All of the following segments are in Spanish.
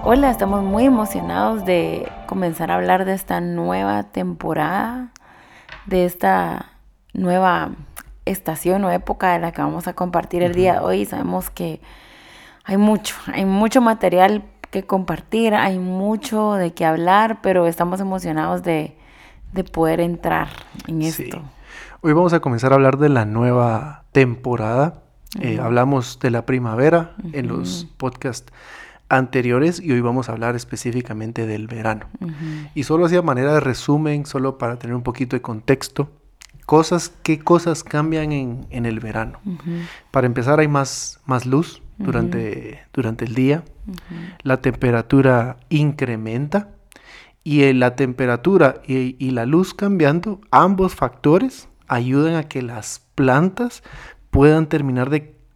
Hola, estamos muy emocionados de comenzar a hablar de esta nueva temporada, de esta nueva estación o época de la que vamos a compartir el día de hoy. Sabemos que hay mucho material que compartir, hay mucho de qué hablar, pero estamos emocionados de poder entrar en esto. Hoy vamos a comenzar a hablar de la nueva temporada. Hablamos de la primavera en los podcasts anteriores y hoy vamos a hablar específicamente del verano. Y solo así a manera de resumen, solo para tener un poquito de contexto, ¿qué cosas cambian en el verano? Para empezar, hay más luz durante el día, la temperatura incrementa y la temperatura y la luz cambiando, ambos factores ayudan a que las plantas puedan terminar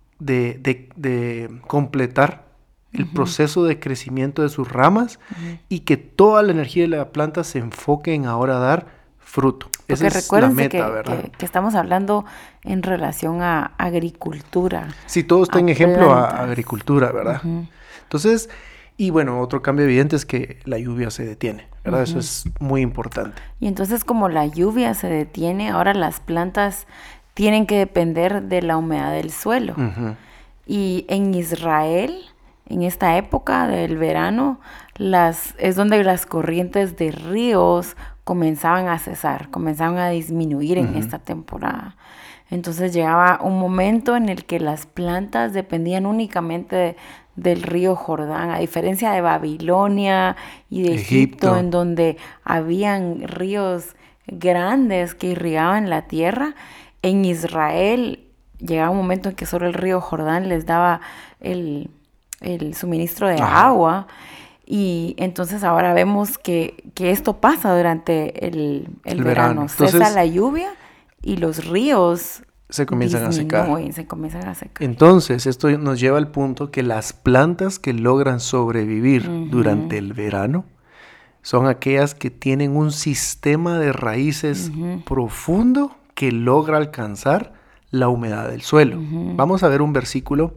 de completar el proceso de crecimiento de sus ramas y que toda la energía de la planta se enfoque en ahora dar fruto. Porque esa es la meta, ¿verdad? Que estamos hablando en relación a agricultura. Sí, todo está en ejemplo a agricultura, ¿verdad? Entonces, y bueno, otro cambio evidente es que la lluvia se detiene, ¿verdad? Eso es muy importante. Y entonces, como la lluvia se detiene, ahora las plantas tienen que depender de la humedad del suelo. Y en Israel, en esta época del verano, es donde las corrientes de ríos comenzaban a cesar, comenzaban a disminuir en esta temporada. Entonces llegaba un momento en el que las plantas dependían únicamente del río Jordán, a diferencia de Babilonia y de Egipto, en donde habían ríos grandes que irrigaban la tierra. En Israel llegaba un momento en que solo el río Jordán les daba el suministro de agua, y entonces ahora vemos que esto pasa durante el verano. Entonces, cesa la lluvia y los ríos se comienzan a secar. Entonces esto nos lleva al punto que las plantas que logran sobrevivir durante el verano son aquellas que tienen un sistema de raíces profundo que logra alcanzar la humedad del suelo. Vamos a ver un versículo.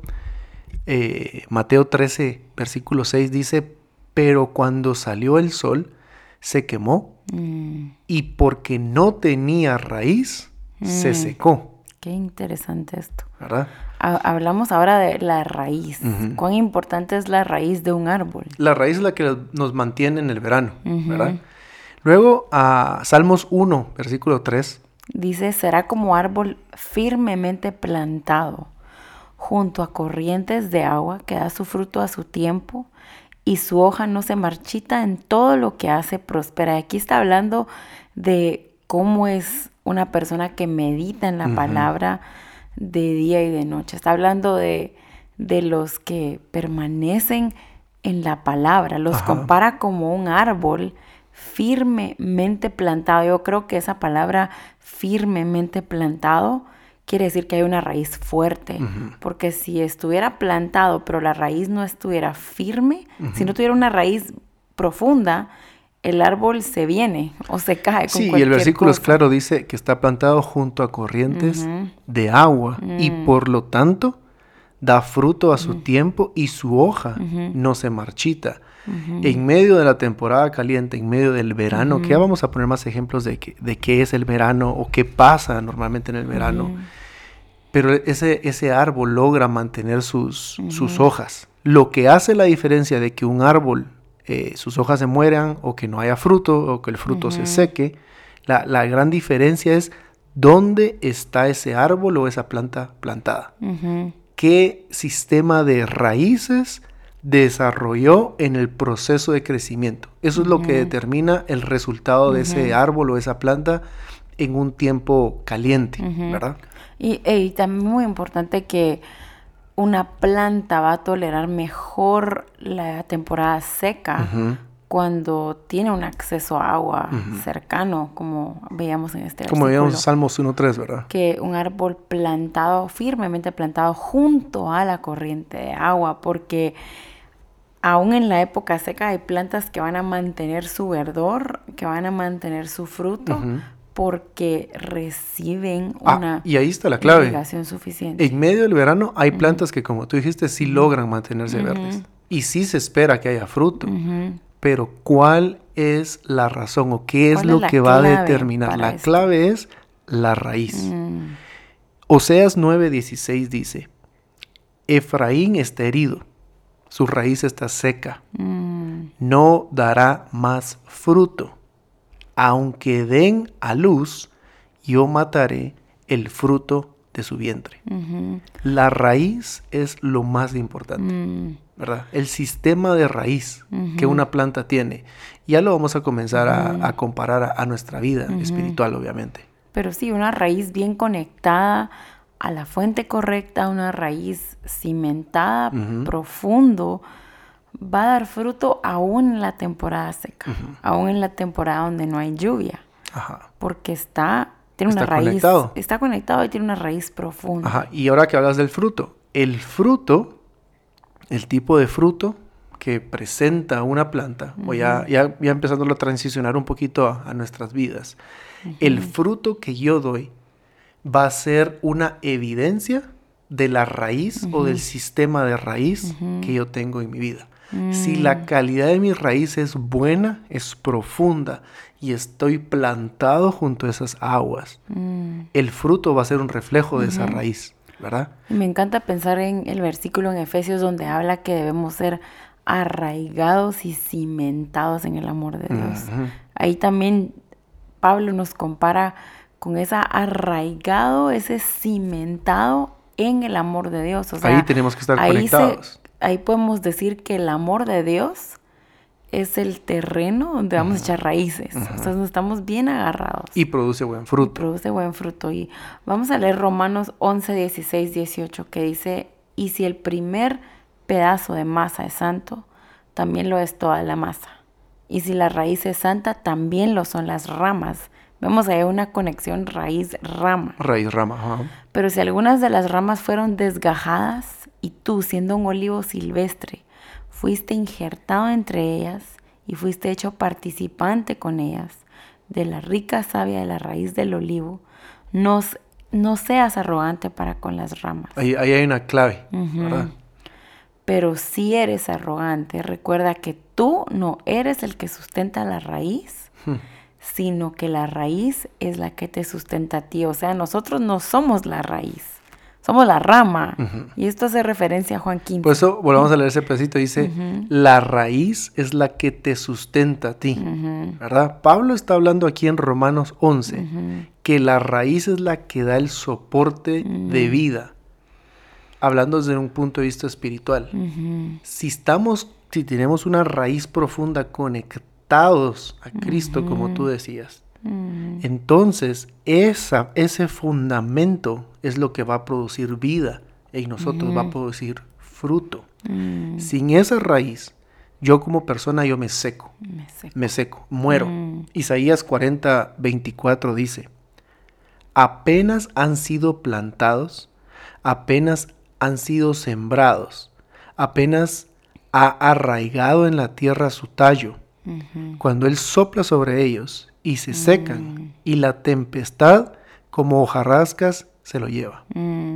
Mateo 13, versículo 6 dice: pero cuando salió el sol, se quemó y porque no tenía raíz, se secó. Qué interesante esto. ¿Verdad? Hablamos ahora de la raíz. ¿Cuán importante es la raíz de un árbol? La raíz es la que nos mantiene en el verano, ¿verdad? Luego, a Salmos 1, versículo 3. Dice: será como árbol firmemente plantado junto a corrientes de agua, que da su fruto a su tiempo y su hoja no se marchita, en todo lo que hace prospera. Aquí está hablando de cómo es una persona que medita en la palabra de día y de noche. Está hablando de los que permanecen en la palabra. Los compara como un árbol firmemente plantado. Yo creo que esa palabra firmemente plantado quiere decir que hay una raíz fuerte, porque si estuviera plantado, pero la raíz no estuviera firme, si no tuviera una raíz profunda, el árbol se viene o se cae con cualquier cosa. Sí, y el versículo es claro, dice que está plantado junto a corrientes de agua y por lo tanto da fruto a su tiempo y su hoja no se marchita. En medio de la temporada caliente, en medio del verano, que ya vamos a poner más ejemplos de qué es el verano o qué pasa normalmente en el verano, pero ese árbol logra mantener sus hojas. Lo que hace la diferencia de que un árbol, sus hojas se mueran o que no haya fruto o que el fruto se seque, la gran diferencia es dónde está ese árbol o esa planta plantada. ¿Qué sistema de raíces desarrolló en el proceso de crecimiento? Eso es lo que determina el resultado de ese árbol o esa planta en un tiempo caliente, ¿verdad? Y también muy importante que una planta va a tolerar mejor la temporada seca cuando tiene un acceso a agua cercano, como veíamos en este versículo. Como veíamos en Salmos 1.3, ¿verdad? Que un árbol plantado, firmemente plantado junto a la corriente de agua, porque aún en la época seca hay plantas que van a mantener su verdor, que van a mantener su fruto, porque reciben una y ahí está la clave. irrigación suficiente. En medio del verano hay plantas que, como tú dijiste, sí logran mantenerse verdes. Y sí se espera que haya fruto. Pero ¿cuál es la razón o qué es lo que va a determinar? La clave es la raíz. Oseas 9:16 dice: Efraín está herido, su raíz está seca, no dará más fruto. Aunque den a luz, yo mataré el fruto de su vientre. La raíz es lo más importante, ¿verdad? El sistema de raíz que una planta tiene. Ya lo vamos a comenzar a comparar a nuestra vida espiritual, obviamente. Pero sí, una raíz bien conectada a la fuente correcta, una raíz cimentada, profundo, va a dar fruto aún en la temporada seca, aún en la temporada donde no hay lluvia. Porque tiene una raíz, está conectado y tiene una raíz profunda. Y ahora que hablas del fruto, el tipo de fruto que presenta una planta, o ya empezándolo a transicionar un poquito a nuestras vidas, el fruto que yo doy va a ser una evidencia de la raíz o del sistema de raíz que yo tengo en mi vida. Si la calidad de mi raíz es buena, es profunda y estoy plantado junto a esas aguas, el fruto va a ser un reflejo de esa raíz, ¿verdad? Me encanta pensar en el versículo en Efesios donde habla que debemos ser arraigados y cimentados en el amor de Dios. Ahí también Pablo nos compara con ese arraigado, ese cimentado en el amor de Dios. O sea, ahí tenemos que estar conectados. Ahí podemos decir que el amor de Dios es el terreno donde vamos a echar raíces. O sea, estamos bien agarrados. Y produce buen fruto. Y vamos a leer Romanos 11, 16, 18, que dice: y si el primer pedazo de masa es santo, también lo es toda la masa. Y si la raíz es santa, también lo son las ramas. Vemos ahí una conexión raíz-rama. Raíz-rama. Pero si algunas de las ramas fueron desgajadas y tú, siendo un olivo silvestre, fuiste injertado entre ellas y fuiste hecho participante con ellas de la rica savia de la raíz del olivo, no seas arrogante para con las ramas. Ahí hay una clave, ¿verdad? Pero si eres arrogante, recuerda que tú no eres el que sustenta la raíz, sino que la raíz es la que te sustenta a ti. O sea, nosotros no somos la raíz, somos la rama. Y esto hace referencia a Juan 15. Por eso volvamos a leer ese pedacito. Dice, la raíz es la que te sustenta a ti, ¿verdad? Pablo está hablando aquí en Romanos 11, que la raíz es la que da el soporte de vida. Hablando desde un punto de vista espiritual. Si tenemos una raíz profunda conectados a Cristo, como tú decías, entonces ese fundamento es lo que va a producir vida en nosotros, va a producir fruto. Sin esa raíz, yo como persona, yo me seco, muero. Isaías 40:24 dice: apenas han sido plantados, apenas han sido sembrados, apenas ha arraigado en la tierra su tallo, cuando él sopla sobre ellos y se secan, y la tempestad como hojarascas se lo lleva.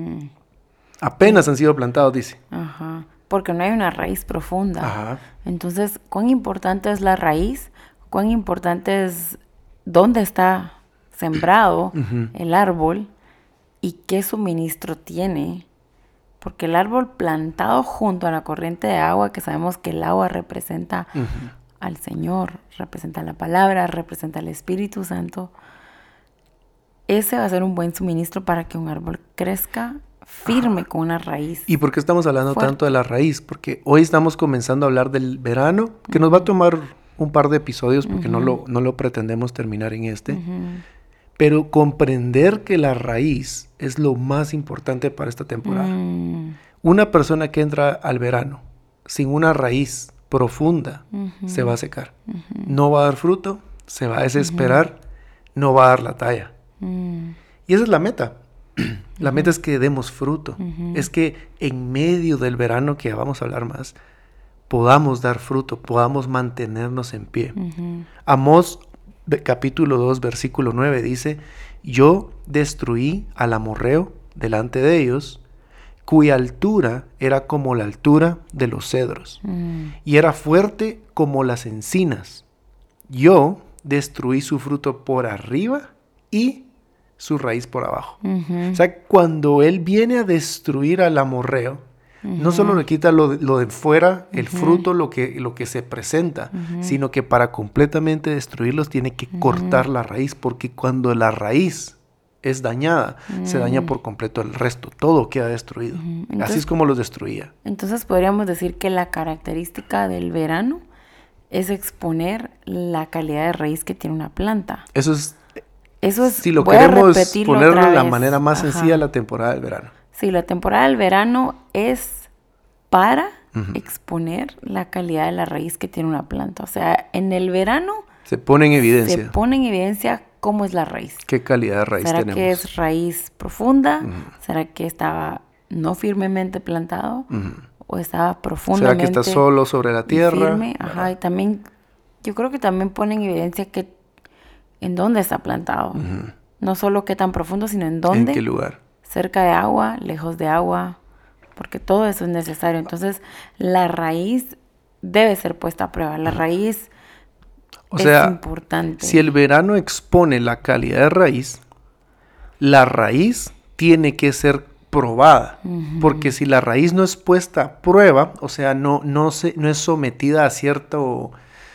Apenas han sido plantados, dice. Porque no hay una raíz profunda. Entonces, ¿cuán importante es la raíz? ¿Cuán importante es dónde está sembrado el árbol y qué suministro tiene? Porque el árbol plantado junto a la corriente de agua, que sabemos que el agua representa al Señor, representa la palabra, representa al Espíritu Santo, ese va a ser un buen suministro para que un árbol crezca firme con una raíz. ¿Y por qué estamos hablando tanto de la raíz? Porque hoy estamos comenzando a hablar del verano, que nos va a tomar un par de episodios porque no lo pretendemos terminar en este. Pero comprender que la raíz es lo más importante para esta temporada. Una persona que entra al verano sin una raíz profunda se va a secar. No va a dar fruto, se va a desesperar, no va a dar la talla. Y esa es la meta. La meta es que demos fruto. Es que en medio del verano, que ya vamos a hablar más, podamos dar fruto, podamos mantenernos en pie. Amós capítulo 2, versículo 9 dice: yo destruí al amorreo delante de ellos, cuya altura era como la altura de los cedros, y era fuerte como las encinas. Yo destruí su fruto por arriba y su raíz por abajo. O sea, cuando él viene a destruir al amorreo, no solo le quita lo de fuera, el fruto, lo que se presenta, sino que para completamente destruirlos tiene que cortar la raíz, porque cuando la raíz es dañada, se daña por completo el resto, todo queda destruido. Entonces, así es como los destruía. Entonces podríamos decir que la característica del verano es exponer la calidad de raíz que tiene una planta. Eso es si lo voy a queremos repetirlo ponerlo otra de la vez. manera más sencilla, la temporada del verano. Sí, la temporada del verano es para exponer la calidad de la raíz que tiene una planta. O sea, en el verano se pone en evidencia. Se pone en evidencia cómo es la raíz. ¿Qué calidad de raíz tenemos? ¿Será que es raíz profunda? ¿Será que estaba no firmemente plantado? ¿O estaba profundamente? ¿Será que está solo sobre la tierra? Firme? Ajá, y también, yo creo que también pone en evidencia que en dónde está plantado. No solo qué tan profundo, sino en dónde. ¿En qué lugar? Cerca de agua, lejos de agua, porque todo eso es necesario. Entonces, la raíz debe ser puesta a prueba. La raíz es importante. Si el verano expone la calidad de raíz, la raíz tiene que ser probada. Porque si la raíz no es puesta a prueba, o sea, no es sometida a cierto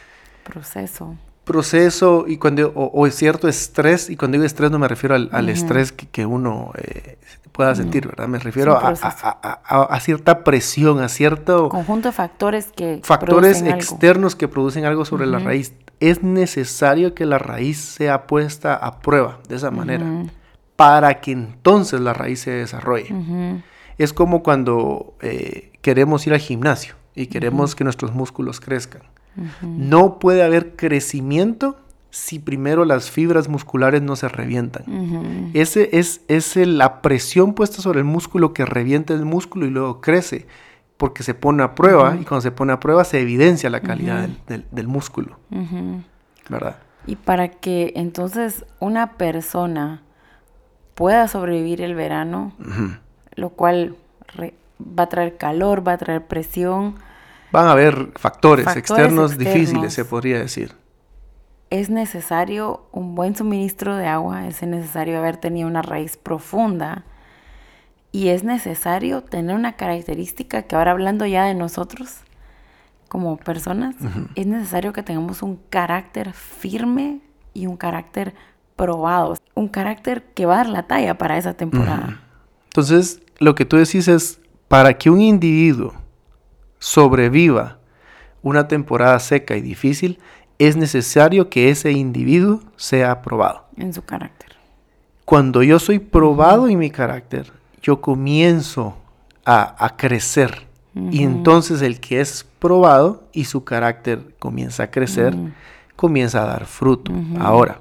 proceso y o cierto estrés, y cuando digo estrés no me refiero al estrés que uno pueda sentir, ¿verdad? Me refiero a cierta presión, a cierto conjunto de factores externos que producen algo sobre la raíz. Es necesario que la raíz sea puesta a prueba de esa manera para que entonces la raíz se desarrolle. Es como cuando queremos ir al gimnasio y queremos que nuestros músculos crezcan. No puede haber crecimiento si primero las fibras musculares no se revientan. Ese es la presión puesta sobre el músculo que revienta el músculo y luego crece, porque se pone a prueba, y cuando se pone a prueba se evidencia la calidad del músculo. ¿Verdad? Y para que entonces una persona pueda sobrevivir el verano, lo cual va a traer calor, va a traer presión. Van a haber factores externos difíciles, se podría decir. Es necesario un buen suministro de agua, es necesario haber tenido una raíz profunda y es necesario tener una característica que ahora hablando ya de nosotros como personas, es necesario que tengamos un carácter firme y un carácter probado, un carácter que va a dar la talla para esa temporada. Entonces, lo que tú decís es, para que un individuo sobreviva una temporada seca y difícil, es necesario que ese individuo sea probado. En su carácter. Cuando yo soy probado en mi carácter, yo comienzo a crecer. Y entonces el que es probado y su carácter comienza a crecer, comienza a dar fruto. Ahora,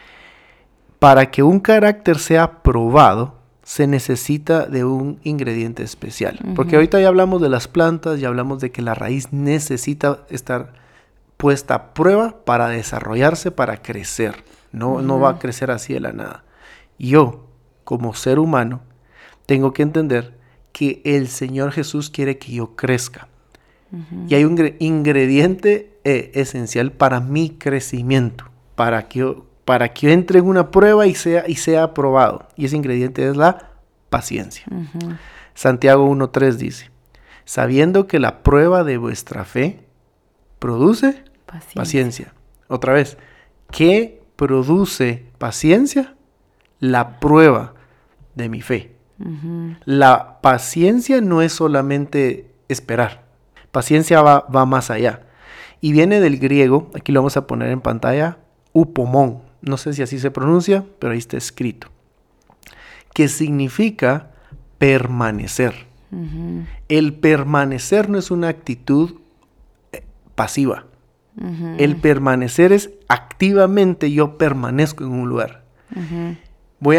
para que un carácter sea probado, se necesita de un ingrediente especial. Porque ahorita ya hablamos de las plantas, ya hablamos de que la raíz necesita estar puesta a prueba para desarrollarse, para crecer. No va a crecer así de la nada. Yo, como ser humano, tengo que entender que el Señor Jesús quiere que yo crezca. Y hay un ingrediente esencial para mi crecimiento, para que yo entre en una prueba y sea aprobado. Y ese ingrediente es la paciencia. Santiago 1:3 dice, sabiendo que la prueba de vuestra fe produce paciencia. Otra vez, ¿qué produce paciencia? La prueba de mi fe. La paciencia no es solamente esperar. Paciencia va más allá. Y viene del griego, aquí lo vamos a poner en pantalla, upomón. No sé si así se pronuncia, pero ahí está escrito. Que significa permanecer. El permanecer no es una actitud pasiva. El permanecer es activamente yo permanezco en un lugar. Voy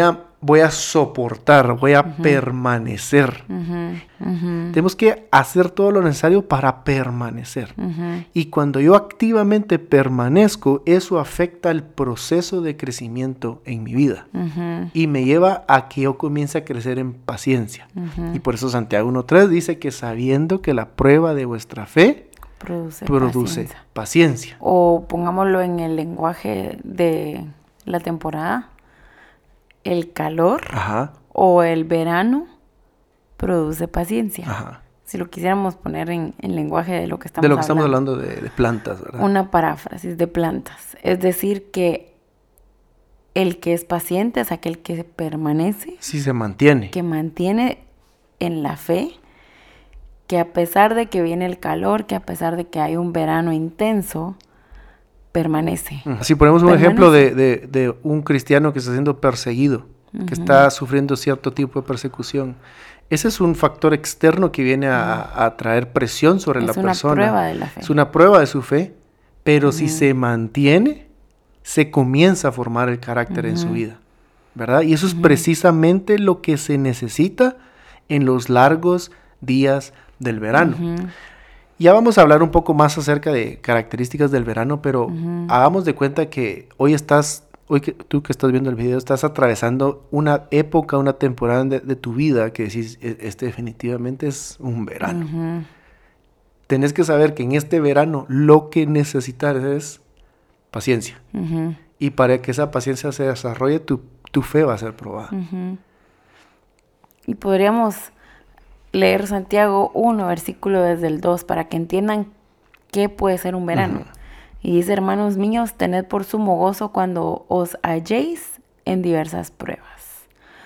voy a soportar, voy a permanecer. Tenemos que hacer todo lo necesario para permanecer. Y cuando yo activamente permanezco, eso afecta el proceso de crecimiento en mi vida. Y me lleva a que yo comience a crecer en paciencia. Y por eso Santiago 1:3 dice que sabiendo que la prueba de vuestra fe produce paciencia. O pongámoslo en el lenguaje de la temporada, el calor o el verano produce paciencia. Si lo quisiéramos poner en lenguaje de lo que estamos hablando. Estamos hablando de plantas, ¿verdad? Una paráfrasis de plantas. Es decir, que el que es paciente es aquel que permanece. Sí, se mantiene. Que mantiene en la fe, que a pesar de que viene el calor, que a pesar de que hay un verano intenso, permanece. Si ponemos un ejemplo de un cristiano que está siendo perseguido, que está sufriendo cierto tipo de persecución, ese es un factor externo que viene a traer presión sobre la persona. Es una prueba de la fe. Es una prueba de su fe, pero si se mantiene, se comienza a formar el carácter en su vida, ¿verdad? Y eso es precisamente lo que se necesita en los largos días del verano. Ya vamos a hablar un poco más acerca de características del verano, pero hagamos de cuenta que tú que estás viendo el video, estás atravesando una época, una temporada de tu vida que decís, este definitivamente es un verano. Tenés que saber que en este verano lo que necesitas es paciencia. Y para que esa paciencia se desarrolle, tu fe va a ser probada. Y podríamos leer Santiago 1, versículo desde el 2, para que entiendan qué puede ser un verano. Y dice, hermanos míos, tened por sumo gozo cuando os halléis en diversas pruebas,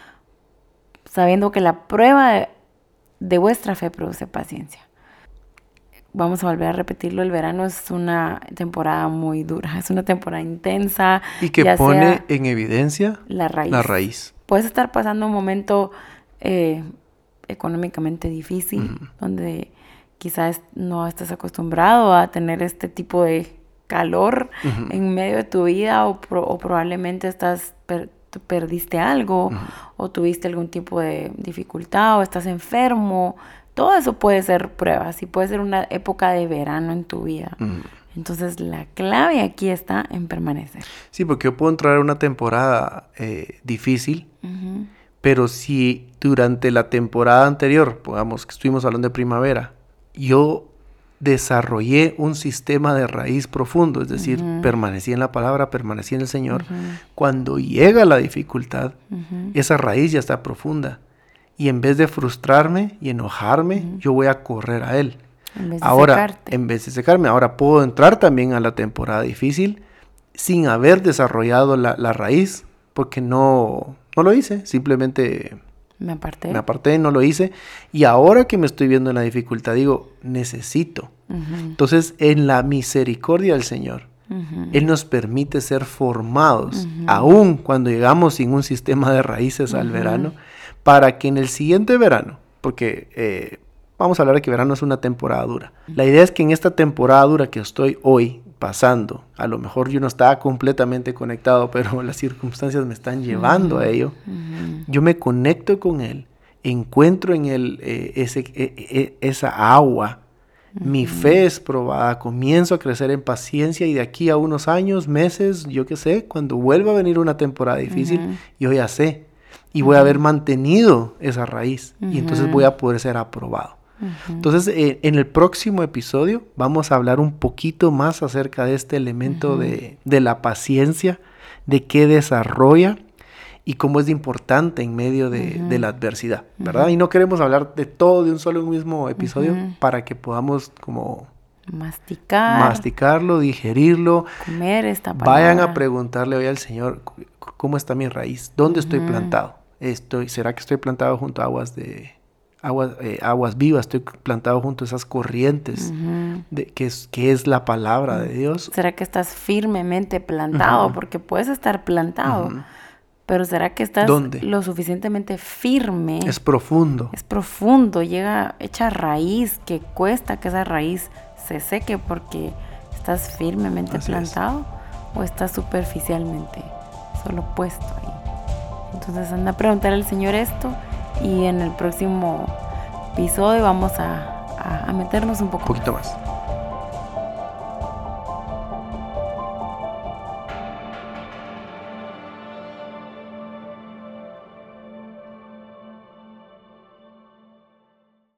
sabiendo que la prueba de vuestra fe produce paciencia. Vamos a volver a repetirlo, el verano es una temporada muy dura, es una temporada intensa. Y que pone en evidencia la raíz. Puedes estar pasando un momento económicamente difícil, donde quizás no estás acostumbrado a tener este tipo de calor en medio de tu vida, o probablemente perdiste algo, o tuviste algún tipo de dificultad, o estás enfermo. Todo eso puede ser pruebas y puede ser una época de verano en tu vida. Entonces la clave aquí está en permanecer. Sí, porque yo puedo entrar en una temporada difícil, pero si durante la temporada anterior, pongamos que estuvimos hablando de primavera, yo desarrollé un sistema de raíz profundo, es decir, permanecí en la palabra, permanecí en el Señor, cuando llega la dificultad, esa raíz ya está profunda. Y en vez de frustrarme y enojarme, yo voy a correr a Él. En vez de secarme, ahora puedo entrar también a la temporada difícil sin haber desarrollado la raíz, porque no lo hice, simplemente me aparté, no lo hice. Y ahora que me estoy viendo en la dificultad, digo, necesito. Entonces, en la misericordia del Señor, Él nos permite ser formados, aún cuando llegamos sin un sistema de raíces al verano, para que en el siguiente verano, porque vamos a hablar de que verano es una temporada dura. La idea es que en esta temporada dura que estoy hoy pasando, a lo mejor yo no estaba completamente conectado, pero las circunstancias me están llevando a ello. Yo me conecto con Él, encuentro en Él esa agua. Mi fe es probada, comienzo a crecer en paciencia y de aquí a unos años, meses, yo qué sé, cuando vuelva a venir una temporada difícil, yo ya sé. Y voy a haber mantenido esa raíz. Y entonces voy a poder ser aprobado. Entonces, en el próximo episodio vamos a hablar un poquito más acerca de este elemento de la paciencia, de qué desarrolla y cómo es importante en medio de la adversidad, ¿verdad? Y no queremos hablar de todo de un mismo episodio para que podamos como masticarlo, digerirlo. Comer esta palabra. Vayan a preguntarle hoy al Señor, ¿cómo está mi raíz? ¿Dónde estoy plantado? ¿Será que estoy plantado junto a aguas vivas? ¿Estoy plantado junto a esas corrientes que es la palabra de Dios? ¿Será que estás firmemente plantado? Porque puedes estar plantado, pero ¿será que estás lo suficientemente firme? Es profundo. Es profundo, llega hecha raíz, que cuesta que esa raíz se seque porque estás firmemente plantado o estás superficialmente solo puesto ahí. Entonces anda a preguntar al Señor esto y en el próximo episodio vamos a meternos un poco más.